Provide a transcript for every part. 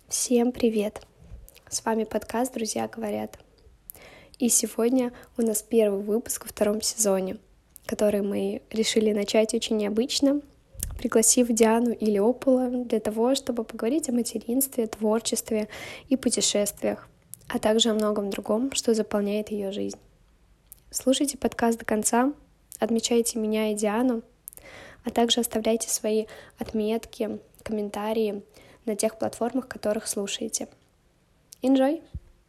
Всем привет! С вами подкаст «Друзья говорят». И сегодня у нас первый выпуск во втором сезоне, который мы решили начать очень необычно, пригласив Диану Илиопола для того, чтобы поговорить о материнстве, творчестве и путешествиях, а также о многом другом, что заполняет ее жизнь. Слушайте подкаст до конца, отмечайте меня и Диану, а также оставляйте свои отметки, комментарии на тех платформах, которых слушаете. Enjoy!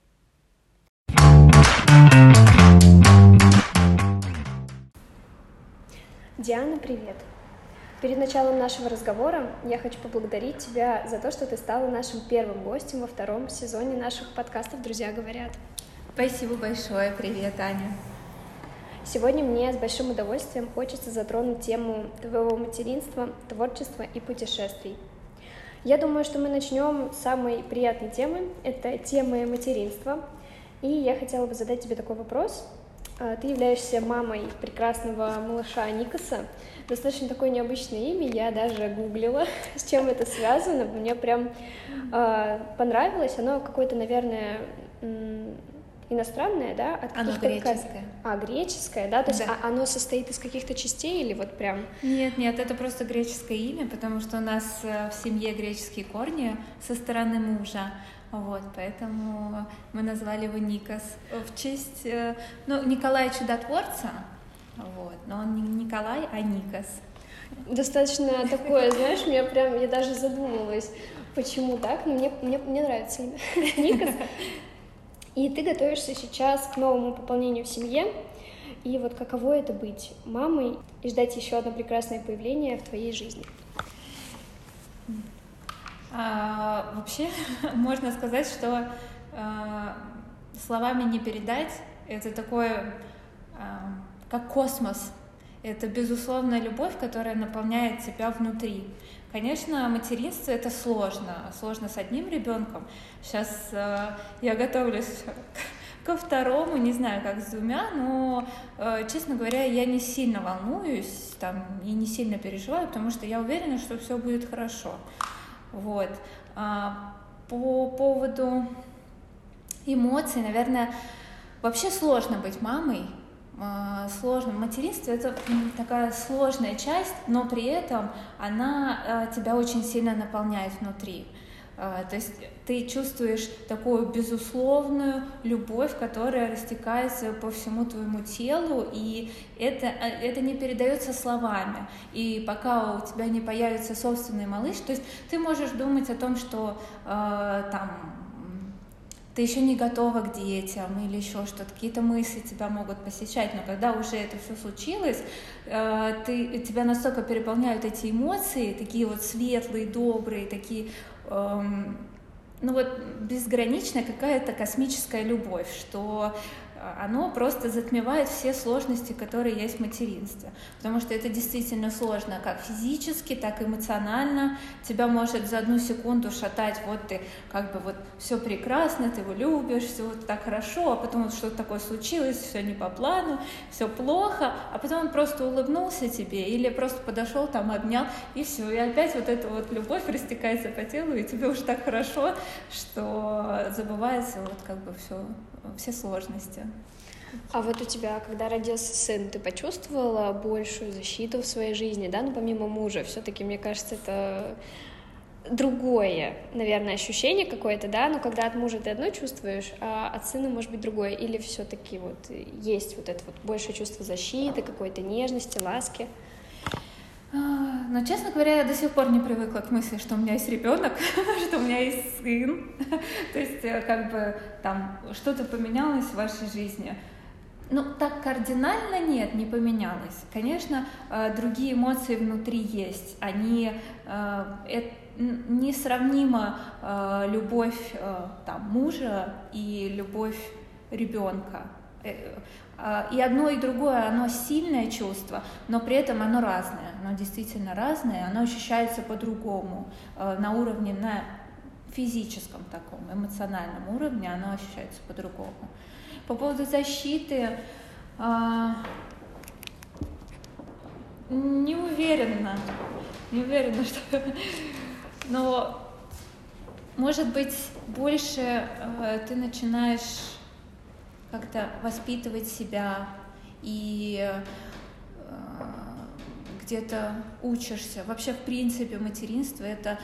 Диана, привет! Перед началом нашего разговора я хочу поблагодарить тебя за то, что ты стала нашим первым гостем во втором сезоне наших подкастов «Друзья говорят». Спасибо большое. Привет, Аня. Сегодня мне с большим удовольствием хочется затронуть тему твоего материнства, творчества и путешествий. Я думаю, что мы начнем с самой приятной темы, это темы материнства. И я хотела бы задать тебе такой вопрос. Ты являешься мамой прекрасного малыша Никаса. Достаточно такое необычное имя, я даже гуглила, с чем это связано. Мне прям понравилось, оно какое-то, наверное, иностранное, да? Оно греческое. Греческое, да? То есть оно состоит из каких-то частей или вот прям... Нет, это просто греческое имя, потому что у нас в семье греческие корни со стороны мужа. Вот, поэтому мы назвали его Никас в честь Николая Чудотворца, вот, но он не Николай, а Никас. Достаточно такое, знаешь, я даже задумалась, почему так, но мне нравится имя Никас. И ты готовишься сейчас к новому пополнению в семье, и вот каково это быть мамой и ждать еще одно прекрасное появление в твоей жизни? Вообще, можно сказать, что словами не передать, это такое, как космос. Это безусловная любовь, которая наполняет тебя внутри. Конечно, материнство — это сложно с одним ребенком. Сейчас я готовлюсь ко второму, не знаю, как с двумя, но, честно говоря, я не сильно волнуюсь и не сильно переживаю, потому что я уверена, что все будет хорошо. Вот. По поводу эмоций, наверное, вообще сложно быть мамой. Сложно. Материнство — это такая сложная часть, но при этом она тебя очень сильно наполняет внутри. То есть ты чувствуешь такую безусловную любовь, которая растекается по всему твоему телу, и это не передается словами. И пока у тебя не появится собственный малыш, то есть ты можешь думать о том, что ты еще не готова к детям или еще что-то, какие-то мысли тебя могут посещать, но когда уже это все случилось, тебя настолько переполняют эти эмоции, такие вот светлые, добрые, такие, безграничная какая-то космическая любовь, что оно просто затмевает все сложности, которые есть в материнстве. Потому что это действительно сложно как физически, так и эмоционально. Тебя может за одну секунду шатать, вот ты все прекрасно, ты его любишь, все вот так хорошо, а потом вот что-то такое случилось, все не по плану, все плохо, а потом он просто улыбнулся тебе или просто подошел, обнял, и все. И опять вот эта вот любовь растекается по телу, и тебе уже так хорошо, что забывается все сложности. А вот у тебя, когда родился сын, ты почувствовала большую защиту в своей жизни, да? Помимо мужа, все-таки, мне кажется, это другое, наверное, ощущение какое-то, да? Но когда от мужа ты одно чувствуешь, а от сына может быть другое. Или все-таки есть вот это большее чувство защиты, какой-то нежности, ласки? Но, честно говоря, я до сих пор не привыкла к мысли, что у меня есть ребенок, что у меня есть сын. То есть, что-то поменялось в вашей жизни. Так кардинально нет, не поменялось. Конечно, другие эмоции внутри есть. Они несравнима любовь мужа и любовь ребенка. И одно, и другое, оно сильное чувство, но при этом оно разное, оно действительно разное, оно ощущается по-другому, на физическом таком, эмоциональном уровне оно ощущается по-другому. По поводу защиты, не уверена, что... Но может быть, больше ты начинаешь как-то воспитывать себя и где-то учишься. Вообще, в принципе, материнство — это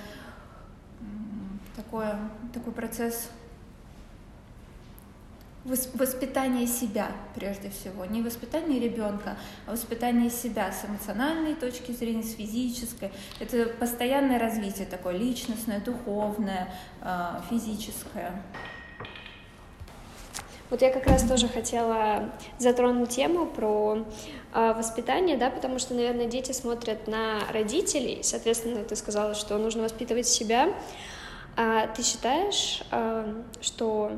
такой процесс воспитания себя, прежде всего. Не воспитание ребенка, а воспитание себя с эмоциональной точки зрения, с физической. Это постоянное развитие такое личностное, духовное, физическое. Вот я как раз тоже хотела затронуть тему про воспитание, да, потому что, наверное, дети смотрят на родителей, соответственно, ты сказала, что нужно воспитывать себя. А ты считаешь, что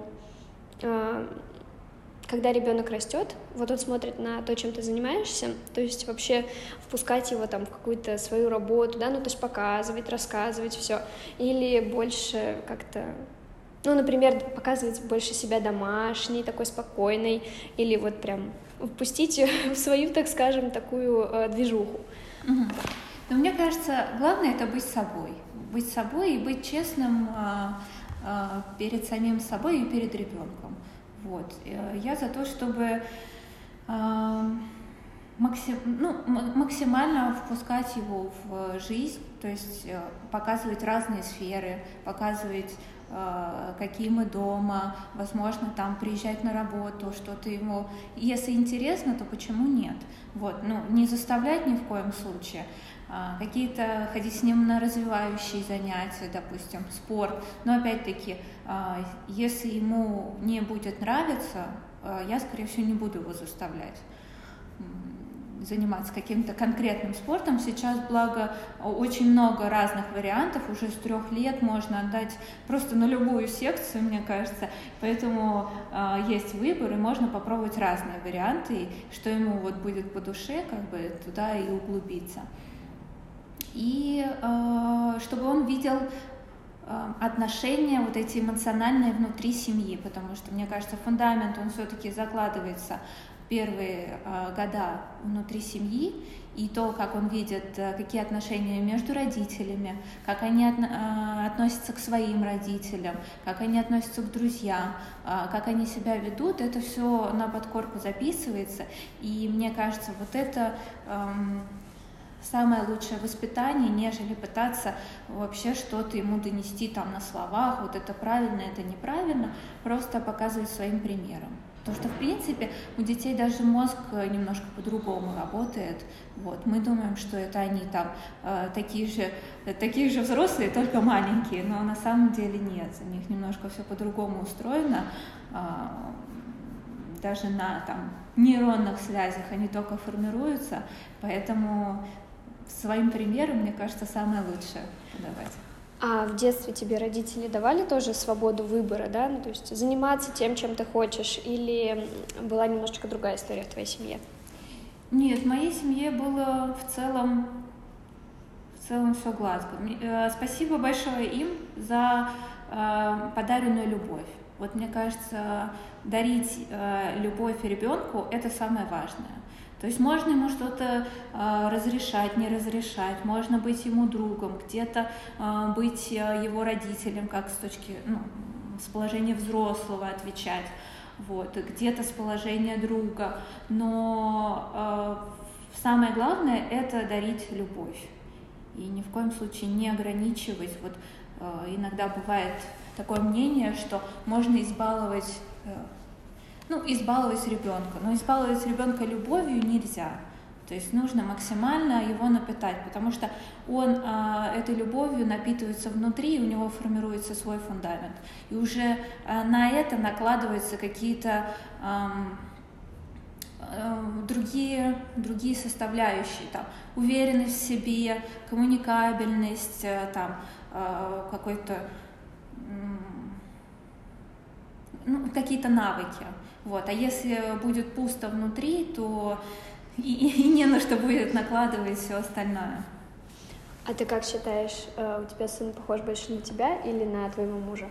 когда ребенок растет, вот он смотрит на то, чем ты занимаешься, то есть вообще впускать его там в какую-то свою работу, да, ну, то есть показывать, рассказывать все, или больше как-то, ну, например, показывать больше себя домашней, такой спокойной, или вот прям впустить в свою, так скажем, такую движуху. Но мне кажется, главное — это быть собой и быть честным перед самим собой и перед ребенком. Вот. Я за то, чтобы максимально впускать его в жизнь, то есть показывать разные сферы, показывать, какие мы дома, возможно, там приезжать на работу, что-то ему, если интересно, то почему нет? Вот, ну, не заставлять ни в коем случае, какие-то ходить с ним на развивающие занятия, допустим, спорт, но опять-таки, если ему не будет нравиться, я, скорее всего, не буду его заставлять заниматься каким-то конкретным спортом. Сейчас, благо, очень много разных вариантов, уже с 3 лет можно отдать просто на любую секцию, мне кажется, поэтому есть выбор, и можно попробовать разные варианты, и что ему вот будет по душе, как бы туда и углубиться. И чтобы он видел отношения вот эти эмоциональные внутри семьи, потому что, мне кажется, фундамент, он все-таки закладывается первые года внутри семьи, и то, как он видит, какие отношения между родителями, как они относятся к своим родителям, как они относятся к друзьям, как они себя ведут, это все на подкорку записывается, и мне кажется, вот это самое лучшее воспитание, нежели пытаться вообще что-то ему донести там на словах, вот это правильно, это неправильно, просто показывать своим примером. Потому что, в принципе, у детей даже мозг немножко по-другому работает. Вот. Мы думаем, что это они там такие же взрослые, только маленькие, но на самом деле нет. У них немножко все по-другому устроено. Даже на там нейронных связях они только формируются, поэтому своим примером, мне кажется, самое лучшее подавать. А в детстве тебе родители давали тоже свободу выбора, да? Ну, то есть заниматься тем, чем ты хочешь, или была немножечко другая история в твоей семье? Нет, в моей семье было в целом все гладко. Спасибо большое им за подаренную любовь. Вот мне кажется, дарить любовь ребенку — это самое важное. То есть можно ему что-то разрешать, не разрешать, можно быть ему другом, где-то быть его родителем, как с положения взрослого отвечать, вот, где-то с положения друга. Но самое главное — это дарить любовь. И ни в коем случае не ограничивать. Вот иногда бывает такое мнение, что можно избаловать ребенка, но избаловать ребенка любовью нельзя. То есть нужно максимально его напитать, потому что он этой любовью напитывается внутри, и у него формируется свой фундамент. И уже на это накладываются какие-то другие составляющие, там, уверенность в себе, коммуникабельность, там, какой-то, какие-то навыки. Вот. А если будет пусто внутри, то и не на что будет накладывать все остальное. А ты как считаешь, у тебя сын похож больше на тебя или на твоего мужа?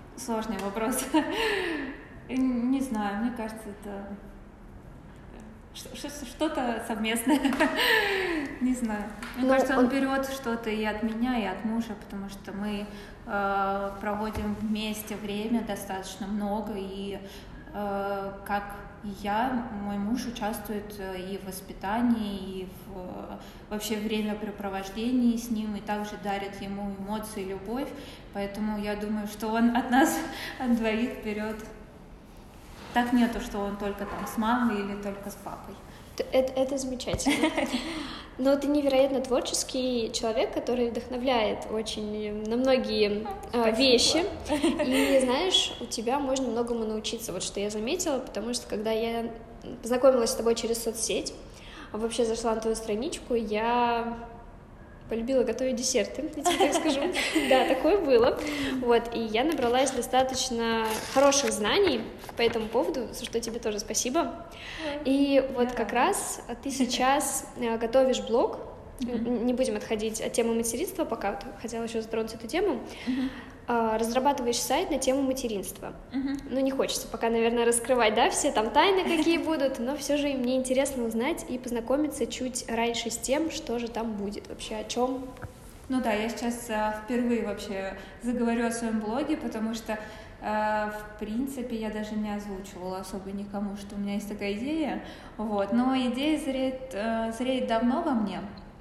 Сложный вопрос. Не знаю, мне кажется, что-то совместное. Не знаю. Мне кажется, он берет что-то и от меня, и от мужа, потому что мы проводим вместе время достаточно много, и как и я, мой муж участвует и в воспитании, и в вообще времяпрепровождении с ним, и также дарит ему эмоции, любовь. Поэтому я думаю, что он от нас, от двоих берет. Так нету, что он только там с мамой или только с папой. Это замечательно. Но ты невероятно творческий человек, который вдохновляет очень на многие вещи. И знаешь, у тебя можно многому научиться. Вот что я заметила, потому что когда я познакомилась с тобой через соцсеть, вообще зашла на твою страничку, я полюбила готовить десерты, я тебе так скажу. Да, такое было. Вот, и я набралась достаточно хороших знаний по этому поводу, за что тебе тоже спасибо. И вот как раз ты сейчас готовишь блог. Не будем отходить от темы материнства, пока хотела еще затронуть эту тему. Разрабатываешь сайт на тему материнства. Ну, не хочется пока, наверное, раскрывать, да, все там тайны какие будут, но все же мне интересно узнать и познакомиться чуть раньше с тем, что же там будет, вообще о чем. Ну да, я сейчас впервые вообще заговорю о своем блоге, потому что, в принципе, я даже не озвучивала особо никому, что у меня есть такая идея, вот, но идея зреет давно во мне.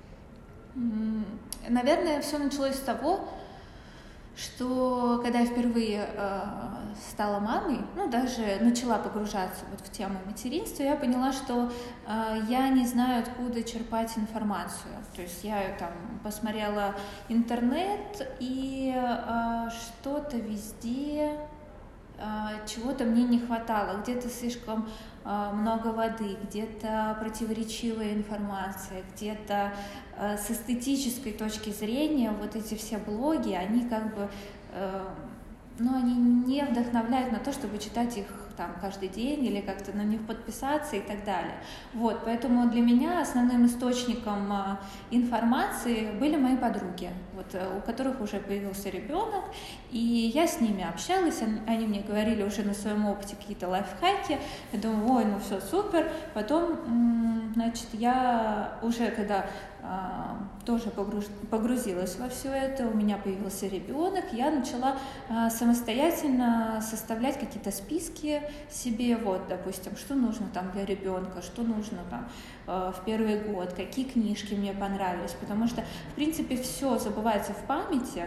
Наверное, все началось с того, что когда я впервые стала мамой, ну, даже начала погружаться вот в тему материнства, я поняла, что я не знаю, откуда черпать информацию. То есть я там посмотрела интернет, и что-то везде, чего-то мне не хватало, где-то слишком много воды, где-то противоречивая информация, где-то с эстетической точки зрения вот эти все блоги, они как бы, ну, они не вдохновляют на то, чтобы читать их там каждый день или как-то на них подписаться и так далее. Вот, поэтому для меня основным источником информации были мои подруги, вот, у которых уже появился ребенок, и я с ними общалась, они мне говорили уже на своем опыте какие-то лайфхаки, я думаю, ой, ну все супер, потом, значит, я уже когда тоже погрузилась во все это, у меня появился ребенок, я начала самостоятельно составлять какие-то списки себе, вот, допустим, что нужно там для ребенка, что нужно там в первый год, какие книжки мне понравились, потому что, в принципе, все забывается в памяти,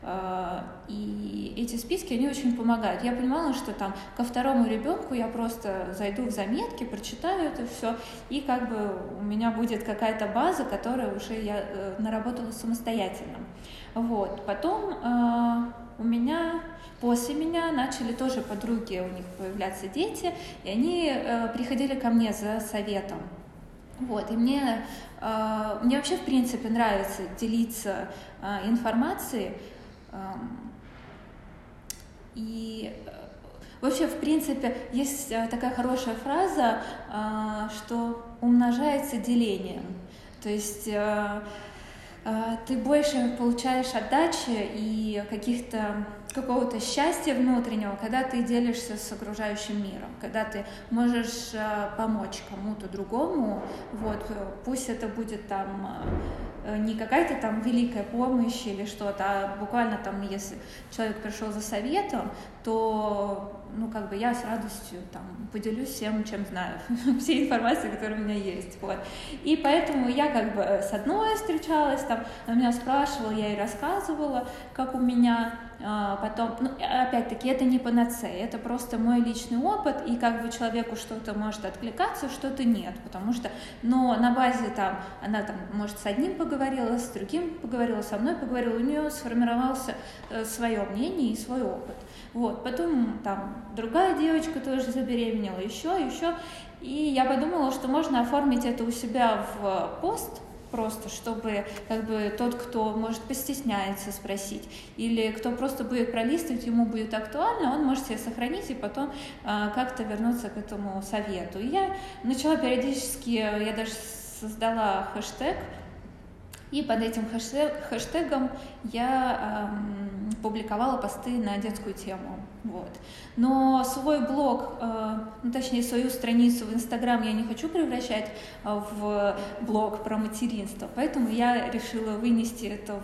и эти списки, они очень помогают. Я понимала, что там ко второму ребенку я просто зайду в заметки, прочитаю это все, и как бы у меня будет какая-то база, которую уже я наработала самостоятельно. Вот. Потом после меня начали тоже подруги, у них появляться дети, и они приходили ко мне за советом. Вот, и мне вообще, в принципе, нравится делиться информацией. И вообще, в принципе, есть такая хорошая фраза, что умножается делением. То есть ты больше получаешь отдачи и какого-то счастья внутреннего, когда ты делишься с окружающим миром, когда ты можешь помочь кому-то другому, вот, пусть это будет там не какая-то там великая помощь или что-то, а буквально там, если человек пришел за советом, то, ну, как бы я с радостью там поделюсь всем, чем знаю, всей информацией, которая у меня есть, вот. И поэтому я как бы с одной встречалась, там, она меня спрашивала, я ей рассказывала, как у меня, потом, ну, опять-таки, это не панацея, это просто мой личный опыт, и как бы человеку что-то может откликаться, что-то нет, потому что, но на базе там, она там, может, с одним поговорила, с другим поговорила, со мной поговорила, у нее сформировался свое мнение и свой опыт. Вот, потом там другая девочка тоже забеременела, еще, и я подумала, что можно оформить это у себя в пост, просто, чтобы как бы тот, кто, может, постесняется спросить, или кто просто будет пролистывать, ему будет актуально, он может себе сохранить и потом как-то вернуться к этому совету. И я начала периодически, я даже создала хэштег, и под этим хэштегом я публиковала посты на детскую тему. Вот. Но свой блог, точнее свою страницу в Инстаграм я не хочу превращать в блог про материнство, поэтому я решила вынести это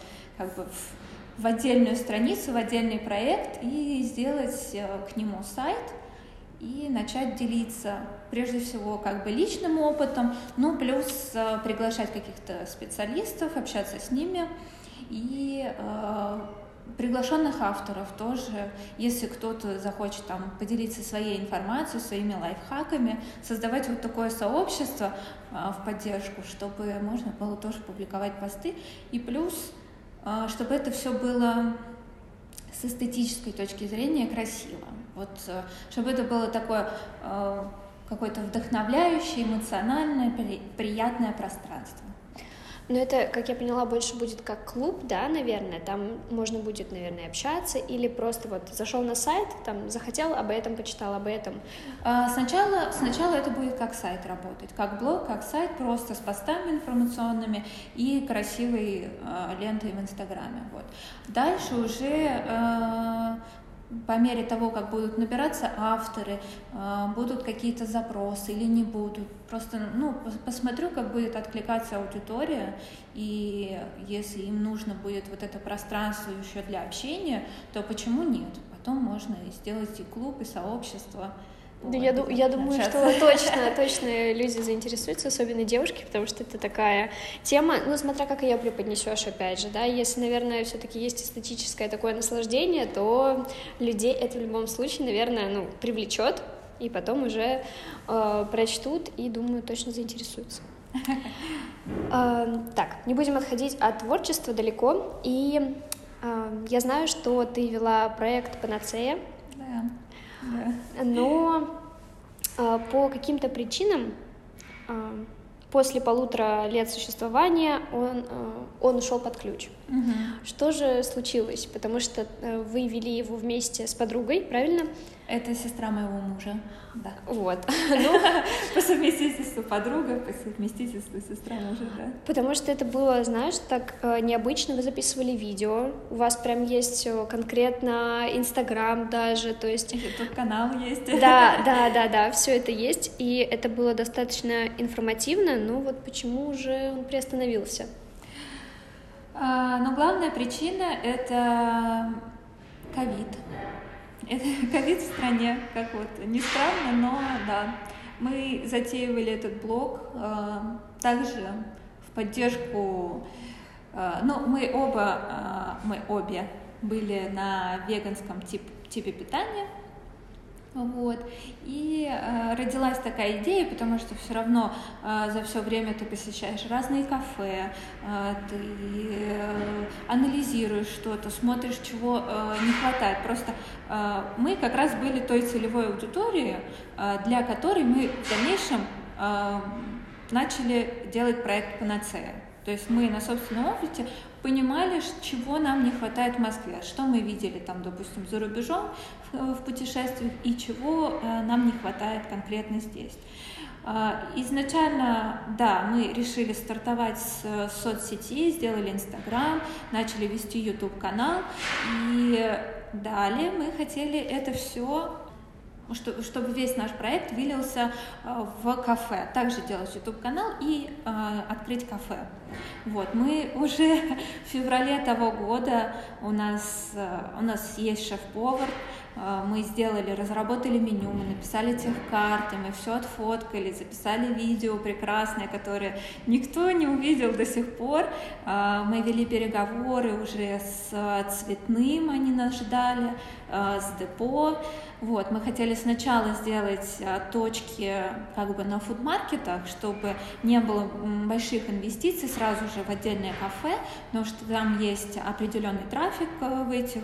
в отдельную страницу, в отдельный проект и сделать к нему сайт и начать делиться, прежде всего, личным опытом, плюс приглашать каких-то специалистов, общаться с ними и приглашенных авторов тоже, если кто-то захочет поделиться своей информацией, своими лайфхаками, создавать вот такое сообщество в поддержку, чтобы можно было тоже публиковать посты, и плюс, чтобы это все было с эстетической точки зрения красиво. Вот, чтобы это было такое какое-то вдохновляющее, эмоциональное, приятное пространство. Но это, как я поняла, больше будет как клуб, да, наверное, там можно будет, наверное, общаться, или просто вот зашел на сайт, захотел, об этом почитал, об этом. Сначала это будет как сайт работать, как блог, как сайт, просто с постами информационными и красивой лентой в Инстаграме. Вот. Дальше уже по мере того, как будут набираться авторы, будут какие-то запросы или не будут. Просто посмотрю, как будет откликаться аудитория, и если им нужно будет вот это пространство еще для общения, то почему нет? Потом можно сделать и клуб, и сообщество. Да, я думаю, что точно люди заинтересуются, особенно девушки, потому что это такая тема, смотря как ее преподнесешь, опять же, да, если, наверное, все-таки есть эстетическое такое наслаждение, то людей это в любом случае, наверное, привлечет, и потом уже прочтут и, думаю, точно заинтересуются. Так, не будем отходить от творчества далеко, и я знаю, что ты вела проект «Панацея». Да. Но по каким-то причинам после 1,5 лет существования он ушел под ключ. Угу. Что же случилось? Потому что вы вели его вместе с подругой, правильно? Это сестра моего мужа, да. Вот. По совместительству подруга, по совместительству сестра мужа, да. Потому что это было, знаешь, так необычно. Вы записывали видео, у вас прям есть конкретно Инстаграм даже, то есть... YouTube-канал есть. Да, все это есть, и это было достаточно информативно, но вот почему же он приостановился? Но главная причина — это ковид. Это ковид в стране, как не странно, но да. Мы затеивали этот блог также в поддержку, мы обе были на веганском типе питания. Вот. И родилась такая идея, потому что все равно за все время ты посещаешь разные кафе, ты анализируешь что-то, смотришь, чего не хватает. Просто мы как раз были той целевой аудиторией, для которой мы в дальнейшем начали делать проект «Панацея». То есть мы на собственном опыте понимали, чего нам не хватает в Москве, что мы видели допустим, за рубежом в путешествиях и чего нам не хватает конкретно здесь. Изначально, да, мы решили стартовать с соцсетей, сделали Инстаграм, начали вести YouTube-канал, и далее мы хотели это все, чтобы весь наш проект вылился в кафе. Также делать YouTube-канал и открыть кафе. Вот, мы уже в феврале того года, у нас есть шеф-повар, мы разработали меню, мы написали техкарты, мы все отфоткали, записали видео прекрасное, которое никто не увидел до сих пор. Мы вели переговоры уже с Цветным, они нас ждали, с депо. Вот, мы хотели сначала сделать точки на фудмаркетах, чтобы не было больших инвестиций сразу же в отдельное кафе, потому что там есть определенный трафик в этих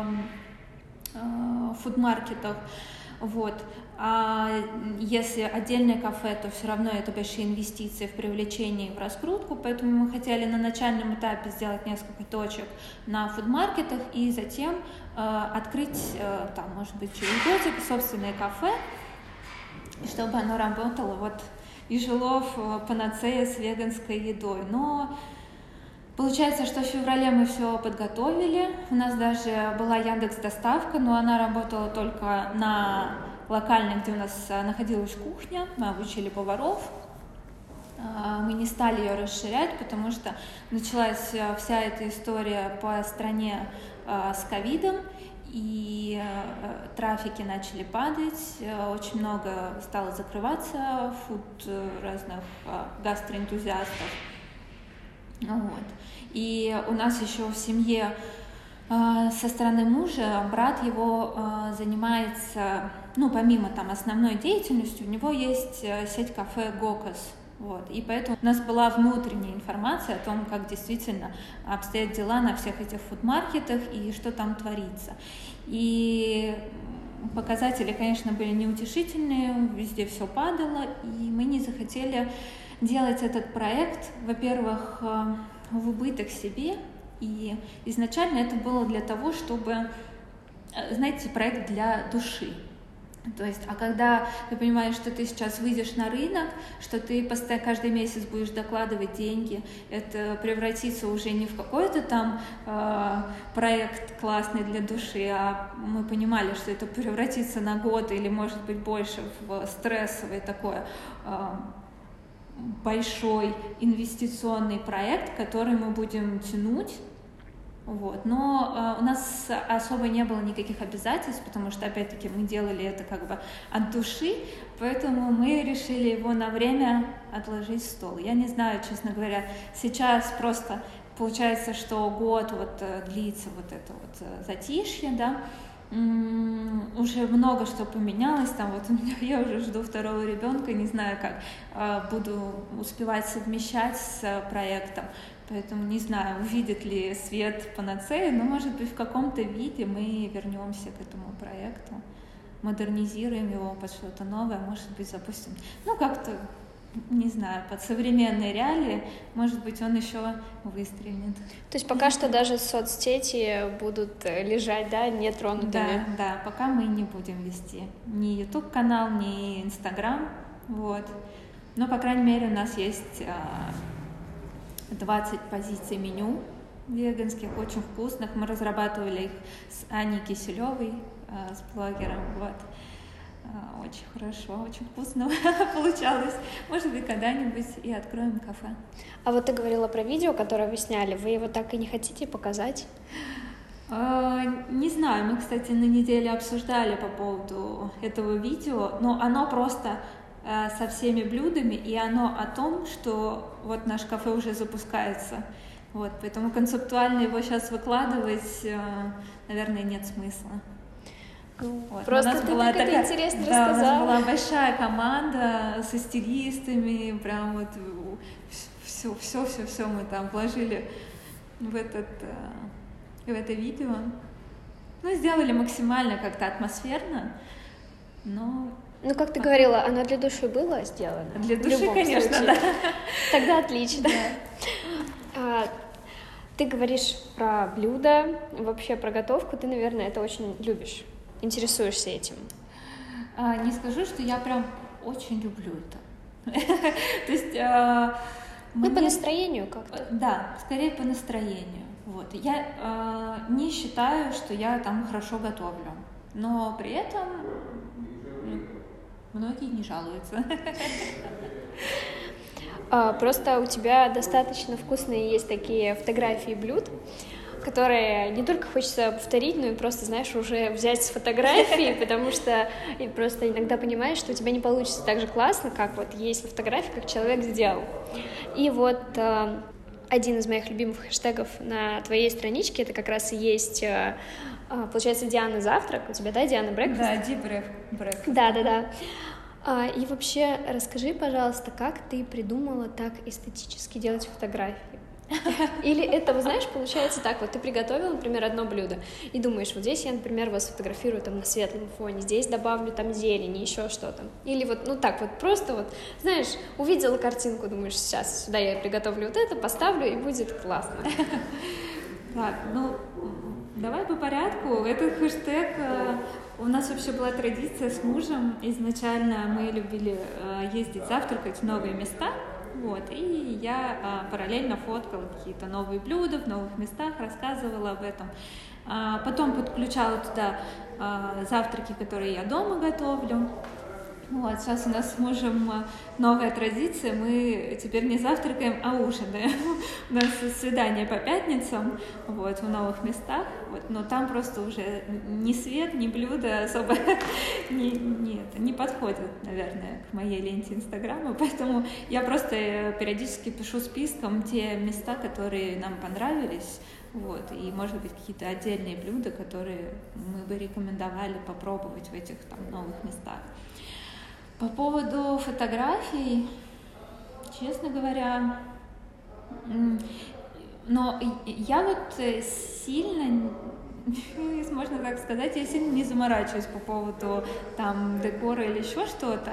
фудмаркетах. Вот. А если отдельное кафе, то все равно это большие инвестиции в привлечение и в раскрутку, поэтому мы хотели на начальном этапе сделать несколько точек на фудмаркетах и затем открыть, может быть, через годик собственное кафе, чтобы оно работало и жило в Панацея с веганской едой. Но Получается, что в феврале мы все подготовили. У нас даже была Яндекс.Доставка, но она работала только на локальной, где у нас находилась кухня. Мы обучили поваров. Мы не стали ее расширять, потому что началась вся эта история по стране с ковидом, и трафики начали падать, очень много стало закрываться разных гастроэнтузиастов. Вот. И у нас еще в семье со стороны мужа брат его занимается, помимо там основной деятельности, у него есть сеть кафе «Гокос». Вот. И поэтому у нас была внутренняя информация о том, как действительно обстоят дела на всех этих фудмаркетах и что там творится. И показатели, конечно, были неутешительные, везде все падало, и мы не захотели делать этот проект, во-первых, в убыток себе, и изначально это было для того, чтобы, знаете, проект для души. То есть, а когда ты понимаешь, что ты сейчас выйдешь на рынок, что ты постоянно каждый месяц будешь докладывать деньги, это превратится уже не в какой-то там проект классный для души, а мы понимали, что это превратится на год или, может быть, больше в стрессовый такой большой инвестиционный проект, который мы будем тянуть. Вот. Но у нас особо не было никаких обязательств, потому что, опять-таки, мы делали это как бы от души, поэтому мы решили его на время отложить в стол. Я не знаю, честно говоря, сейчас просто получается, что год длится это затишье, да, уже много что поменялось, там у меня, я уже жду второго ребенка, не знаю, как буду успевать совмещать с проектом. Поэтому не знаю, увидит ли свет панацеи, но, может быть, в каком-то виде мы вернемся к этому проекту, модернизируем его под что-то новое, может быть, запустим, как-то, не знаю, под современные реалии, может быть, он еще выстрелит. То есть пока что даже соцсети будут лежать, да, нетронутыми? Да, пока мы не будем вести ни YouTube-канал, ни Instagram, вот. Но, по крайней мере, у нас есть 20 позиций меню веганских, очень вкусных. Мы разрабатывали их с Аней Киселевой, с блогером. Вот. Очень хорошо, очень вкусно получалось. Может быть, когда-нибудь и откроем кафе. А вот ты говорила про видео, которое вы сняли. Вы его так и не хотите показать? Не знаю. Мы, кстати, на неделе обсуждали по поводу этого видео, но оно просто со всеми блюдами, и оно о том, что вот наш кафе уже запускается. Вот, поэтому концептуально его сейчас выкладывать, наверное, нет смысла. Вот. Просто ты так это интересно рассказала. У нас была большая команда со стилистами, прям вот все мы там вложили в это видео. Сделали максимально как-то атмосферно, но... как ты говорила, оно для души было сделано? Для души, конечно, случае. Да. Тогда отлично. Да. Ты говоришь про блюда, вообще про готовку, ты, наверное, это очень любишь, интересуешься этим. Не скажу, что я прям очень люблю это. То есть... по настроению как-то. Да, скорее по настроению. Вот. Я не считаю, что я там хорошо готовлю, но при этом... Многие не жалуются. Просто у тебя достаточно вкусные есть такие фотографии блюд, которые не только хочется повторить, но и просто, знаешь, уже взять с фотографии, потому что просто иногда понимаешь, что у тебя не получится так же классно, как вот есть на фотографии, как человек сделал. И вот один из моих любимых хэштегов на твоей страничке, это как раз и есть... Получается, Диана Завтрак. У тебя, да, Диана Breakfast? Да, Ди Breakfast. Да. И вообще, расскажи, пожалуйста, как ты придумала так эстетически делать фотографии? Или это, вы знаешь, получается так, вот ты приготовила, например, одно блюдо, и думаешь, вот здесь я, например, вас сфотографирую там на светлом фоне, здесь добавлю там зелень, еще что-то. Или вот, так вот, просто вот, знаешь, увидела картинку, думаешь, сейчас сюда я приготовлю вот это, поставлю, и будет классно. Так, давай по порядку. Этот хэштег, у нас вообще была традиция с мужем. Изначально мы любили ездить завтракать в новые места. вот, и я параллельно фоткала какие-то новые блюда в новых местах, рассказывала об этом. Потом подключала туда завтраки, которые я дома готовлю. Вот, сейчас у нас с мужем новая традиция, мы теперь не завтракаем, а ужинаем. У нас свидание по пятницам, вот, в новых местах, вот, но там просто уже ни свет, ни блюда особо не подходят, наверное, к моей ленте Инстаграма, поэтому я просто периодически пишу списком те места, которые нам понравились, вот, и, может быть, какие-то отдельные блюда, которые мы бы рекомендовали попробовать в этих там новых местах. По поводу фотографий, честно говоря, но я вот сильно, если можно так сказать, я сильно не заморачиваюсь по поводу там декора или еще что-то.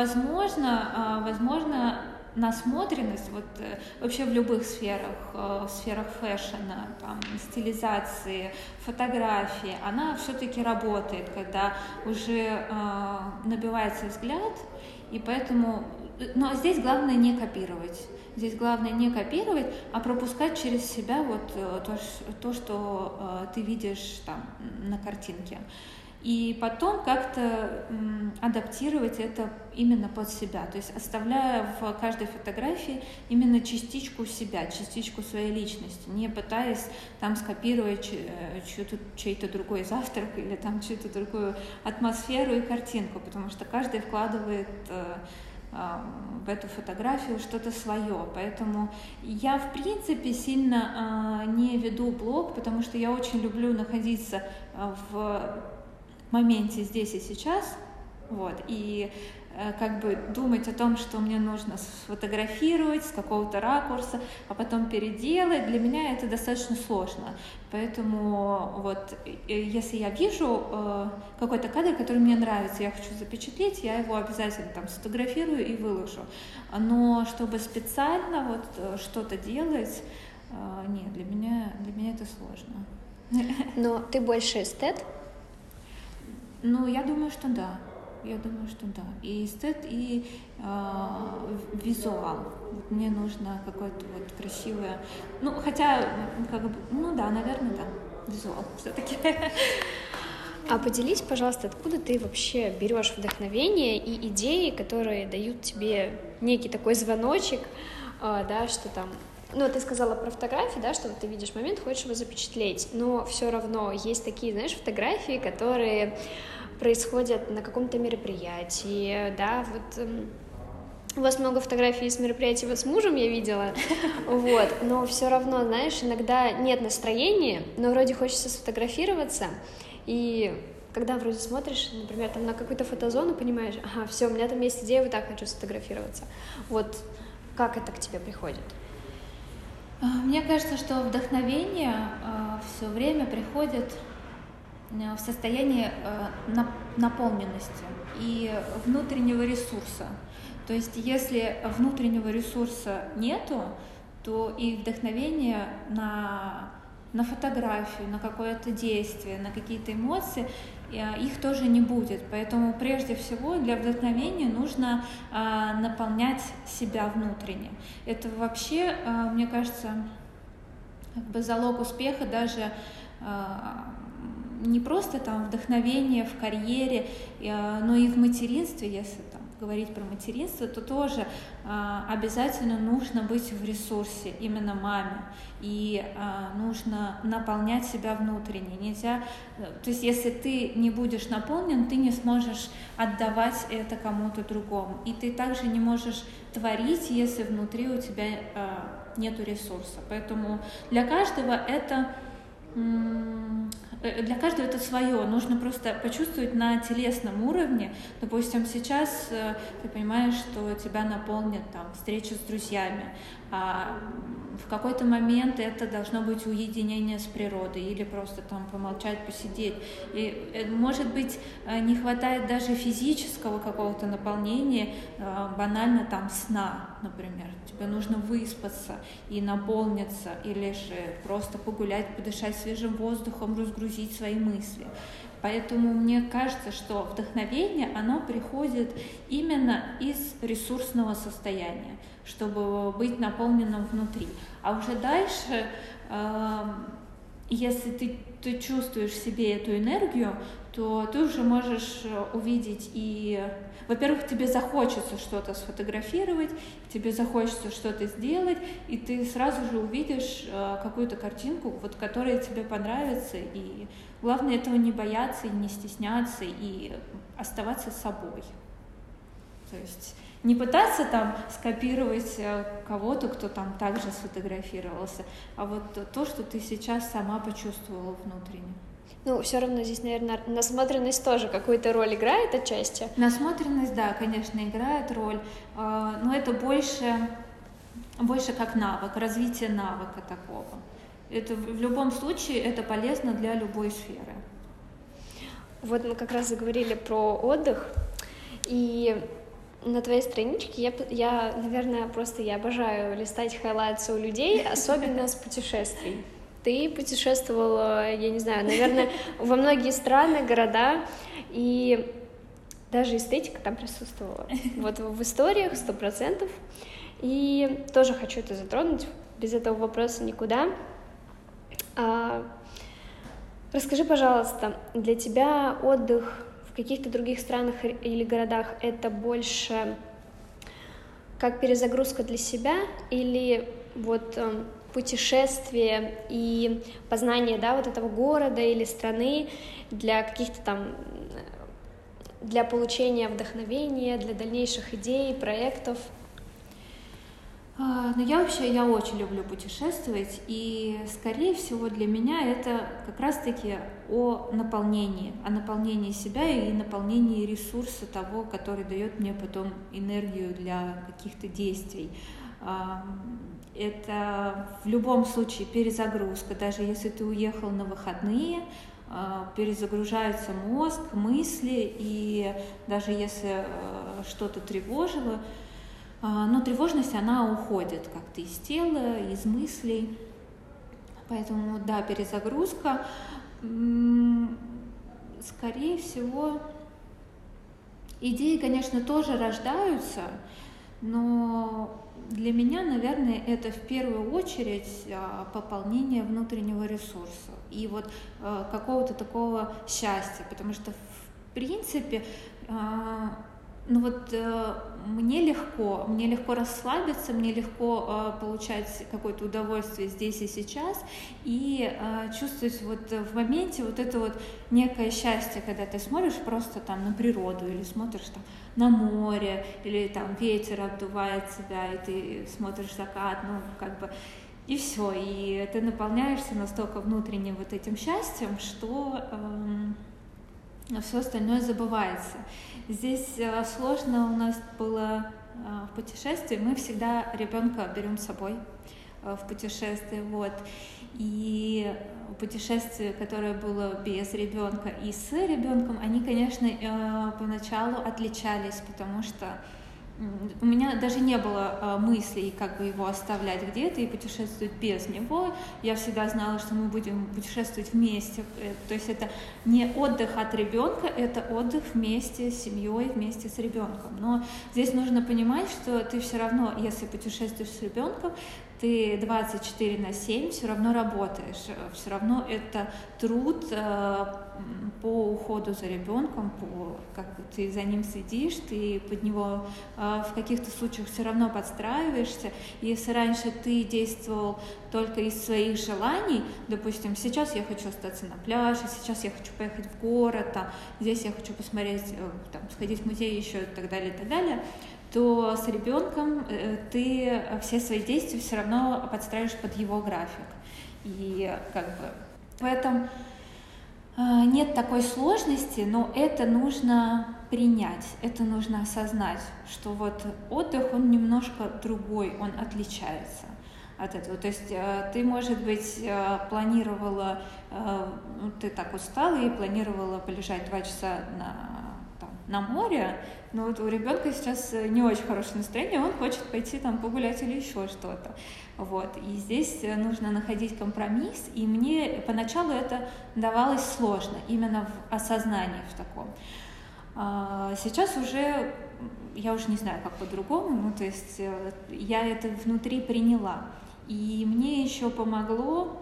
Возможно, насмотренность вот вообще в любых сферах фэшна, там, стилизации, фотографии, она все-таки работает, когда уже набивается взгляд, и поэтому, но здесь главное не копировать. Здесь главное не копировать, а пропускать через себя вот то, что ты видишь там на картинке. И потом как-то адаптировать это именно под себя, то есть оставляя в каждой фотографии именно частичку себя, частичку своей личности, не пытаясь там скопировать чей-то другой завтрак или там чью-то другую атмосферу и картинку, потому что каждый вкладывает в эту фотографию что-то свое, поэтому я в принципе сильно не веду блог, потому что я очень люблю находиться в моменте здесь и сейчас, вот, и как бы думать о том, что мне нужно сфотографировать с какого-то ракурса, а потом переделать, для меня это достаточно сложно. Поэтому вот если я вижу какой-то кадр, который мне нравится, я хочу запечатлеть, я его обязательно там сфотографирую и выложу. Но чтобы специально вот что-то делать, нет, для меня это сложно. Но ты больше эстет? Ну, я думаю, что да. И эстет, и визуал. Вот мне нужно какое-то вот красивое... Ну, хотя, как бы, ну да, наверное, да. Визуал все-таки. А поделись, пожалуйста, откуда ты вообще берешь вдохновение и идеи, которые дают тебе некий такой звоночек, да, что там... Ну, ты сказала про фотографии, да, что вот ты видишь момент, хочешь его запечатлеть, но все равно есть такие, знаешь, фотографии, которые происходят на каком-то мероприятии, да, вот у вас много фотографий с мероприятий с мужем, я видела, вот, но все равно, знаешь, иногда нет настроения, но вроде хочется сфотографироваться, и когда вроде смотришь, например, там на какую-то фотозону, понимаешь, ага, все, у меня там есть идея, вот так хочу сфотографироваться, вот как это к тебе приходит? Мне кажется, что вдохновение все время приходит в состоянии наполненности и внутреннего ресурса. То есть если внутреннего ресурса нету, то и вдохновение на фотографию, на какое-то действие, на какие-то эмоции, их тоже не будет. Поэтому прежде всего для вдохновения нужно наполнять себя внутренне. Это вообще, мне кажется, как бы залог успеха даже не просто там вдохновение в карьере, но и в материнстве, если там говорить про материнство, то тоже обязательно нужно быть в ресурсе именно маме, и нужно наполнять себя внутренне. Нельзя, то есть если ты не будешь наполнен, ты не сможешь отдавать это кому-то другому, и ты также не можешь творить, если внутри у тебя нету ресурса. Поэтому для каждого это свое, нужно просто почувствовать на телесном уровне. Допустим, сейчас ты понимаешь, что тебя наполнит там встреча с друзьями, а в какой-то момент это должно быть уединение с природой или просто там помолчать, посидеть. И, может быть, не хватает даже физического какого-то наполнения, банально там сна, например. Тебе нужно выспаться и наполниться, или же просто погулять, подышать свежим воздухом, разгрузить свои мысли. Поэтому мне кажется, что вдохновение, оно приходит именно из ресурсного состояния, чтобы быть наполненным внутри. А уже дальше, если ты чувствуешь в себе эту энергию, то ты уже можешь увидеть и, во-первых, тебе захочется что-то сфотографировать, тебе захочется что-то сделать, и ты сразу же увидишь какую-то картинку, вот, которая тебе понравится, и главное этого не бояться и не стесняться, и оставаться собой. То есть не пытаться там скопировать кого-то, кто там также сфотографировался, а вот то, что ты сейчас сама почувствовала внутренне. Ну, все равно здесь, наверное, насмотренность тоже какую-то роль играет отчасти. Насмотренность, да, конечно, играет роль, но это больше как навык, развитие навыка такого. Это в любом случае это полезно для любой сферы. Вот мы как раз заговорили про отдых, и на твоей страничке я, наверное, я обожаю листать хайлайтсы у людей, особенно с путешествий. Ты путешествовала, я не знаю, наверное, во многие страны, города, и даже эстетика там присутствовала. Вот в историях 100%. И тоже хочу это затронуть, без этого вопроса никуда. Расскажи, пожалуйста, для тебя отдых в каких-то других странах или городах — это больше как перезагрузка для себя или вот путешествие и познание, да, вот этого города или страны для каких-то там, для получения вдохновения, для дальнейших идей, проектов? Ну, я очень люблю путешествовать, и, скорее всего, для меня это как раз-таки о наполнении себя и наполнении ресурса того, который дает мне потом энергию для каких-то действий. Это в любом случае перезагрузка, даже если ты уехал на выходные, перезагружается мозг, мысли, и даже если что-то тревожило, но тревожность, она уходит как-то из тела, из мыслей. Поэтому, да, перезагрузка. Скорее всего, идеи, конечно, тоже рождаются, но для меня, наверное, это в первую очередь пополнение внутреннего ресурса и вот какого-то такого счастья, потому что, в принципе, мне легко расслабиться, мне легко получать какое-то удовольствие здесь и сейчас и чувствовать вот в моменте вот это вот некое счастье, когда ты смотришь просто там на природу или смотришь там на море, или там ветер обдувает тебя, и ты смотришь закат, и все, и ты наполняешься настолько внутренним вот этим счастьем, что все остальное забывается. Здесь сложно у нас было в путешествии, мы всегда ребенка берем с собой в путешествие, вот. И путешествие, которое было без ребенка и с ребенком, они, конечно, поначалу отличались, потому что у меня даже не было мыслей, как бы его оставлять где-то и путешествовать без него. Я всегда знала, что мы будем путешествовать вместе. То есть это не отдых от ребенка, это отдых вместе с семьей, вместе с ребенком. Но здесь нужно понимать, что ты все равно, если путешествуешь с ребенком, ты 24/7 все равно работаешь, все равно это труд по уходу за ребенком, ты за ним следишь, ты под него в каких-то случаях все равно подстраиваешься. Если раньше ты действовал только из своих желаний, допустим, сейчас я хочу остаться на пляже, сейчас я хочу поехать в город, здесь я хочу посмотреть, сходить в музей еще и так далее, то с ребенком ты все свои действия все равно подстраиваешь под его график. И в этом нет такой сложности, но это нужно принять, это нужно осознать, что вот отдых, он немножко другой, он отличается от этого. То есть ты, может быть, планировала, ты так устала и планировала полежать 2 часа на море, но вот у ребенка сейчас не очень хорошее настроение, он хочет пойти там погулять или еще что-то. Вот. И здесь нужно находить компромисс, и мне поначалу это давалось сложно, именно в осознании в таком. Сейчас уже, я уже не знаю, как по-другому, ну, то есть я это внутри приняла. И мне еще помогло,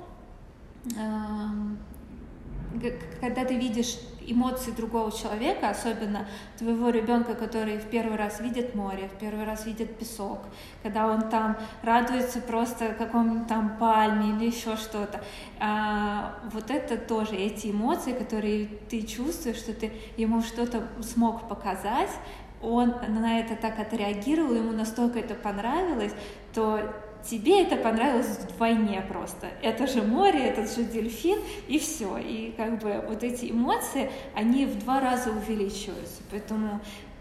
когда ты видишь эмоции другого человека, особенно твоего ребенка, который в первый раз видит море, в первый раз видит песок, когда он там радуется просто какому-нибудь там пальме или еще что-то. Вот это тоже, эти эмоции, которые ты чувствуешь, что ты ему что-то смог показать, он на это так отреагировал, ему настолько это понравилось, то тебе это понравилось вдвойне просто. Это же море, этот же дельфин, и все. И как бы вот эти эмоции, они в 2 раза увеличиваются. Поэтому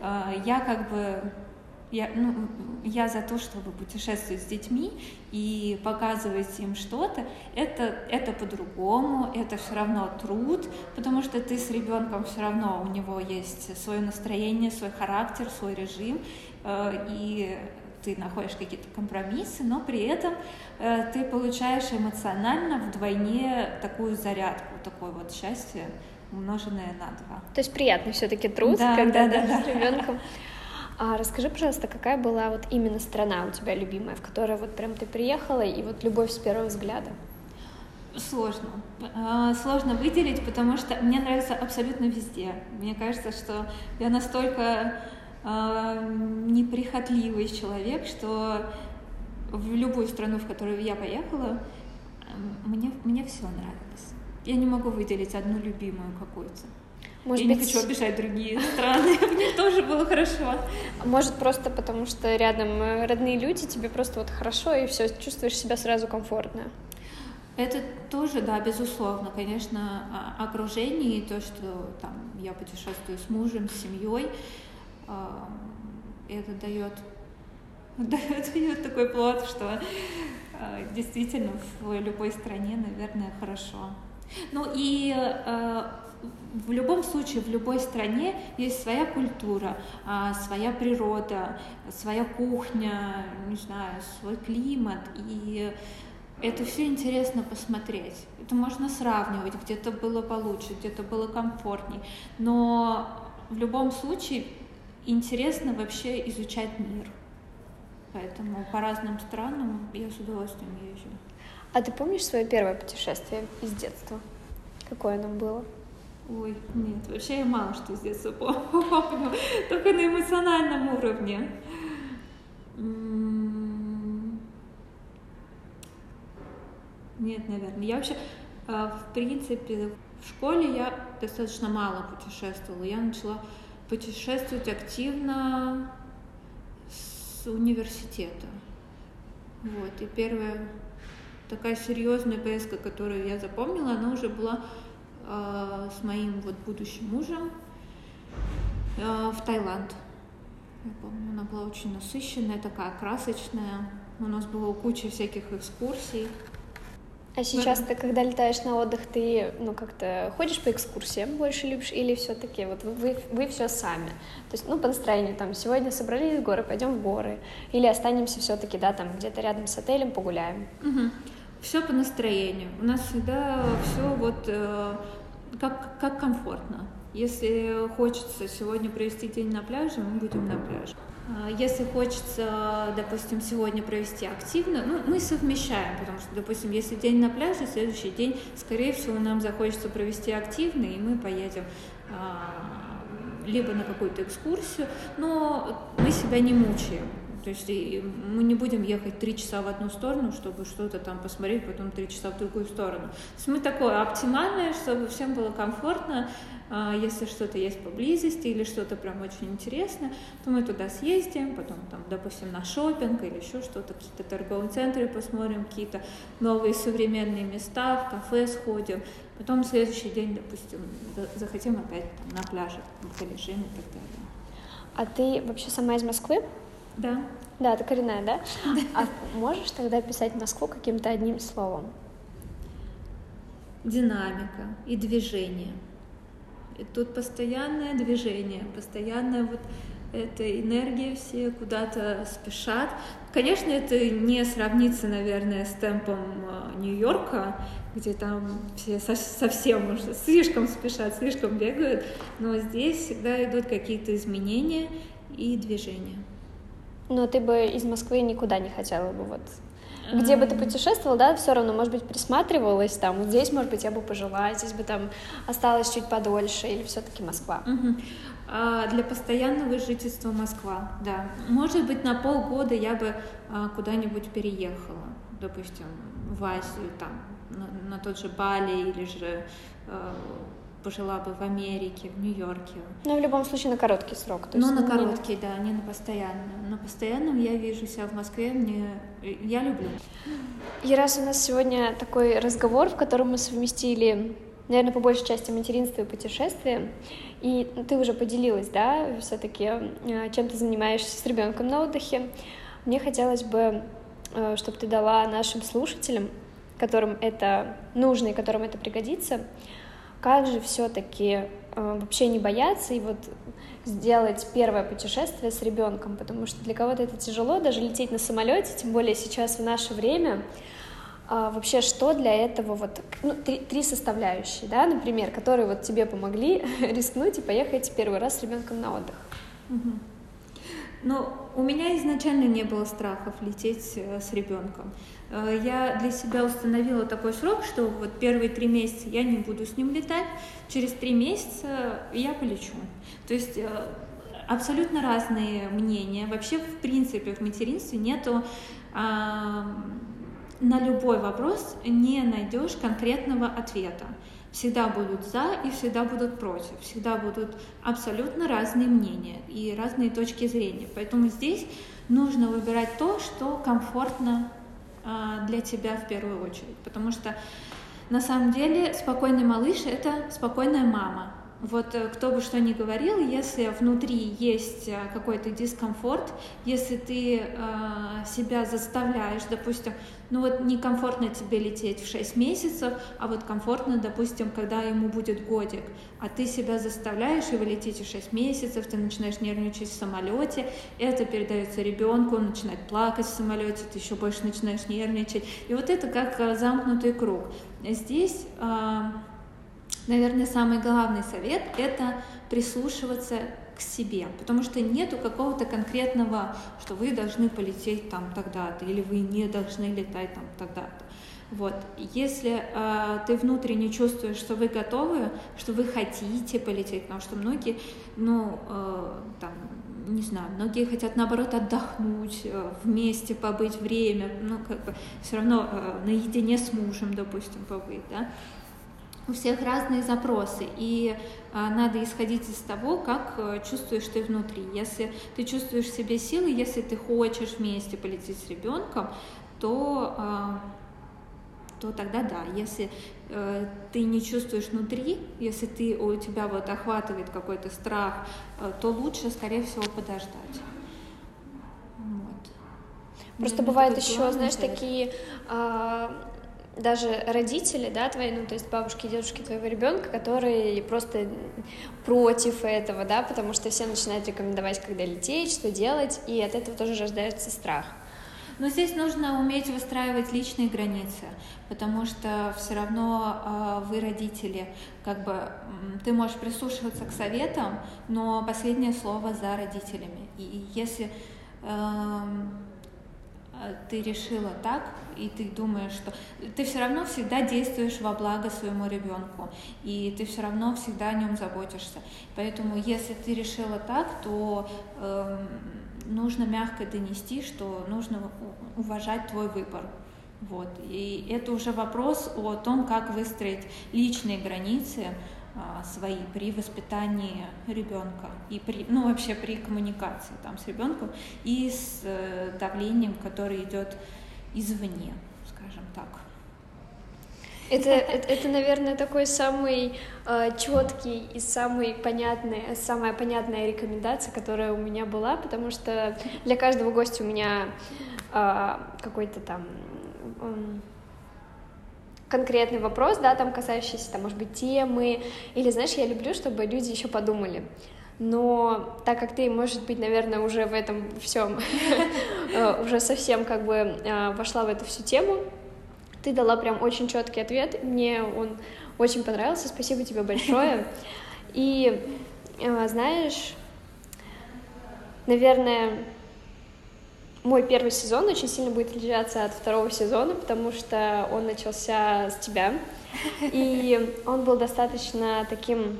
я за то, чтобы путешествовать с детьми и показывать им что-то. Это по-другому, это все равно труд, потому что ты с ребенком все равно, у него есть свое настроение, свой характер, свой режим, и ты находишь какие-то компромиссы, но при этом ты получаешь эмоционально вдвойне такую зарядку, такое вот счастье, умноженное на 2. То есть приятный все-таки труд, да, когда да. с ребенком. Расскажи, пожалуйста, какая была вот именно страна у тебя любимая, в которой вот прям ты приехала, и вот любовь с первого взгляда? Сложно. Сложно выделить, потому что мне нравится абсолютно везде. Мне кажется, что я настолько неприхотливый человек, что в любую страну, в которую я поехала, мне все нравилось. Я не могу выделить одну любимую какую-то. Я не хочу обижать другие страны, мне тоже было хорошо. Может, просто потому что рядом родные люди, тебе просто вот хорошо, и все, чувствуешь себя сразу комфортно. Это тоже, да, безусловно, конечно, окружение, и то, что там я путешествую с мужем, с семьей, это дает такой плод, что действительно в любой стране, наверное, хорошо. Ну и в любом случае, в любой стране есть своя культура, своя природа, своя кухня, не знаю, свой климат, и это все интересно посмотреть. Это можно сравнивать, где-то было получше, где-то было комфортней, но в любом случае интересно вообще изучать мир. Поэтому по разным странам я с удовольствием езжу. А ты помнишь свое первое путешествие из детства? Какое оно было? Ой, нет, вообще я мало что с детства помню, только на эмоциональном уровне. Нет, наверное. Я вообще, в принципе, в школе я достаточно мало путешествовала. Я начала путешествовать активно с университета. Вот. И первая такая серьезная поездка, которую я запомнила, она уже была с моим вот будущим мужем в Таиланд. Я помню, она была очень насыщенная, такая красочная. У нас было куча всяких экскурсий. А сейчас ты, когда летаешь на отдых, ты, как-то ходишь по экскурсиям, больше любишь, или все-таки вот вы все сами? То есть, по настроению, там, сегодня собрались в горы, пойдем в горы, или останемся все-таки, да, там, где-то рядом с отелем погуляем? Угу. Все по настроению. У нас всегда все вот как комфортно. Если хочется сегодня провести день на пляже, мы будем на пляже. Если хочется, допустим, сегодня провести активно, мы совмещаем, потому что, допустим, если день на пляже, следующий день, скорее всего, нам захочется провести активно, и мы поедем либо на какую-то экскурсию, но мы себя не мучаем. То есть мы не будем ехать 3 часа в одну сторону, чтобы что-то там посмотреть, потом 3 часа в другую сторону. То есть мы такое оптимальное, чтобы всем было комфортно. Если что-то есть поблизости или что-то прям очень интересно, то мы туда съездим, потом там, допустим, на шопинг или еще что-то, какие-то торговые центры посмотрим, какие-то новые современные места, в кафе сходим. Потом в следующий день, допустим, захотим опять там, на пляже полежим и так далее. А ты вообще сама из Москвы? Да. Да, ты коренная, да? А можешь тогда описать Москву каким-то одним словом? Динамика и движение. И тут постоянное движение, постоянная вот эта энергия, все куда-то спешат. Конечно, это не сравнится, наверное, с темпом Нью-Йорка, где там все совсем уже слишком спешат, слишком бегают, но здесь всегда идут какие-то изменения и движения. Но ты бы из Москвы никуда не хотела бы вот... Где бы ты путешествовал, да, все равно, может быть, присматривалась там, вот здесь, может быть, я бы пожила, здесь бы там осталась чуть подольше, или все-таки Москва? Для постоянного жительства Москва, да. Может быть, на полгода я бы куда-нибудь переехала, допустим, в Азию, там, на тот же Бали, или же пожила бы в Америке, в Нью-Йорке. Ну, в любом случае, на короткий срок. То есть, на короткий, да, не на постоянный. На постоянном я вижу себя в Москве, я люблю. И раз у нас сегодня такой разговор, в котором мы совместили, наверное, по большей части материнство и путешествие, и ты уже поделилась, да, все-таки, чем ты занимаешься с ребенком на отдыхе, мне хотелось бы, чтобы ты дала нашим слушателям, которым это нужно и которым это пригодится, как же все-таки вообще не бояться и вот сделать первое путешествие с ребенком, потому что для кого-то это тяжело, даже лететь на самолете, тем более сейчас в наше время. Вообще, что для этого вот три составляющие, да, например, которые вот тебе помогли рискнуть и поехать первый раз с ребенком на отдых? Ну, у меня изначально не было страхов лететь с ребенком. Я для себя установила такой срок, что вот первые 3 месяца я не буду с ним летать, через 3 месяца я полечу. То есть абсолютно разные мнения. Вообще, в принципе, в материнстве нету... На любой вопрос не найдешь конкретного ответа. Всегда будут за и всегда будут против. Всегда будут абсолютно разные мнения и разные точки зрения. Поэтому здесь нужно выбирать то, что комфортно для тебя в первую очередь. Потому что на самом деле спокойный малыш — это спокойная мама. Вот кто бы что ни говорил, если внутри есть какой-то дискомфорт, если ты себя заставляешь, допустим, ну вот некомфортно тебе лететь в 6 месяцев, а вот комфортно, допустим, когда ему будет годик, а ты себя заставляешь, и вы летите 6 месяцев, ты начинаешь нервничать в самолете, это передается ребенку, он начинает плакать в самолете, ты еще больше начинаешь нервничать, и вот это как замкнутый круг. Здесь... Наверное, самый главный совет — это прислушиваться к себе, потому что нету какого-то конкретного, что вы должны полететь там тогда-то, или вы не должны летать там тогда-то. Вот. Если ты внутренне чувствуешь, что вы готовы, что вы хотите полететь, потому что многие, не знаю, многие хотят, наоборот, отдохнуть, вместе побыть время, все равно наедине с мужем, допустим, побыть, да. У всех разные запросы, и надо исходить из того, как чувствуешь ты внутри. Если ты чувствуешь в себе силы, если ты хочешь вместе полететь с ребенком, то тогда да. Если ты не чувствуешь внутри, если у тебя вот охватывает какой-то страх, то лучше, скорее всего, подождать. Вот. Просто бывает еще, знаешь, такие... даже родители, да, твои, ну, то есть бабушки и дедушки твоего ребенка, которые просто против этого, да, потому что все начинают рекомендовать, когда лететь, что делать, и от этого тоже рождается страх. Но здесь нужно уметь выстраивать личные границы, потому что все равно вы родители, ты можешь прислушиваться к советам, но последнее слово за родителями. И если ты решила так, и ты думаешь, что ты все равно всегда действуешь во благо своему ребенку, и ты все равно всегда о нем заботишься. Поэтому, если ты решила так, то нужно мягко донести, что нужно уважать твой выбор. Вот. И это уже вопрос о том, как выстроить личные границы свои при воспитании ребенка и вообще при коммуникации там с ребенком и с давлением, которое идет извне, скажем так. Это, наверное, такой самый четкий и самая понятная рекомендация, которая у меня была, потому что для каждого гостя у меня какой-то там конкретный вопрос, да, там касающийся, там, может быть, темы, или, знаешь, я люблю, чтобы люди еще подумали. Но так как ты, может быть, наверное, уже в этом всем, уже совсем как бы вошла в эту всю тему, ты дала прям очень четкий ответ, мне он очень понравился, спасибо тебе большое. И, знаешь, наверное, мой первый сезон очень сильно будет отличаться от второго сезона, потому что он начался с тебя, и он был достаточно таким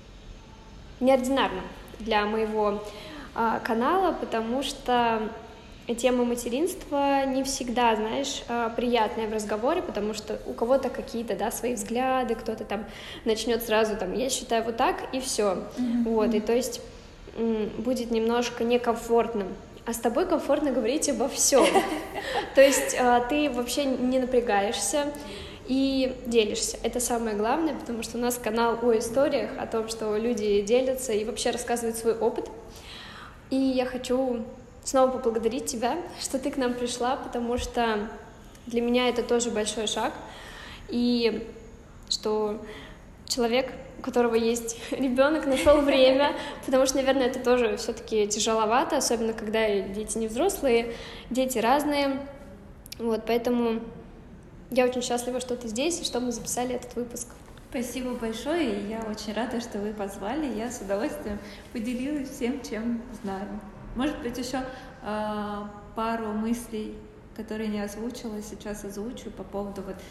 неординарным для моего канала, потому что тема материнства не всегда, знаешь, приятная в разговоре, потому что у кого-то какие-то, да, свои взгляды, кто-то там начнет сразу там, я считаю вот так, и все, вот, и то есть будет немножко некомфортным. А с тобой комфортно говорить обо всем. То есть ты вообще не напрягаешься и делишься. Это самое главное, потому что у нас канал о историях, о том, что люди делятся и вообще рассказывают свой опыт. И я хочу снова поблагодарить тебя, что ты к нам пришла, потому что для меня это тоже большой шаг. И что человек, у которого есть ребенок, нашел время, потому что, наверное, это тоже все-таки тяжеловато, особенно когда дети не взрослые, дети разные. Вот, поэтому я очень счастлива, что ты здесь и что мы записали этот выпуск. Спасибо большое, и я очень рада, что вы позвали. Я с удовольствием поделилась всем, чем знаю. Может быть, еще пару мыслей, которые не озвучила, сейчас озвучу по поводу, вот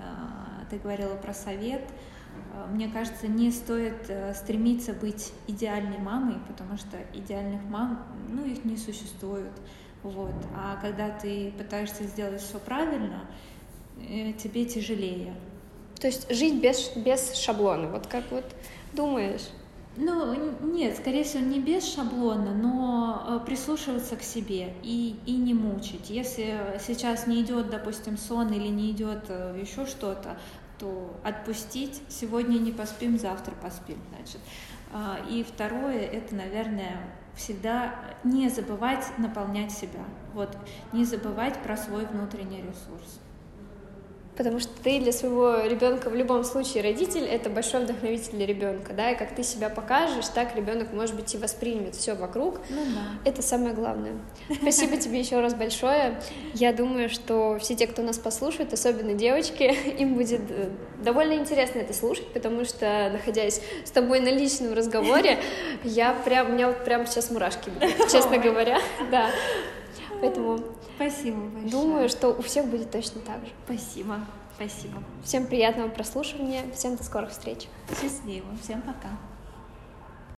ты говорила про совет. Мне кажется, не стоит стремиться быть идеальной мамой, потому что идеальных мам, ну, их не существует. Вот. А когда ты пытаешься сделать все правильно, тебе тяжелее. То есть жить без шаблона, вот как вот думаешь? Ну, нет, скорее всего, не без шаблона, но прислушиваться к себе и не мучить. Если сейчас не идет, допустим, сон или не идет еще что-то, то отпустить. Сегодня не поспим, завтра поспим, значит. И второе, это, наверное, всегда не забывать наполнять себя. Вот, не забывать про свой внутренний ресурс. Потому что ты для своего ребенка в любом случае родитель, это большой вдохновитель для ребенка, да, и как ты себя покажешь, так ребенок, может быть, и воспримет все вокруг. Ну да. Это самое главное. Спасибо тебе еще раз большое. Я думаю, что все те, кто нас послушает, особенно девочки, им будет довольно интересно это слушать, потому что, находясь с тобой на личном разговоре, у меня вот прямо сейчас мурашки будут, честно говоря, да. Поэтому спасибо большое. Думаю, что у всех будет точно так же. Спасибо. Спасибо. Всем приятного прослушивания. Всем до скорых встреч. Счастливо. Всем пока.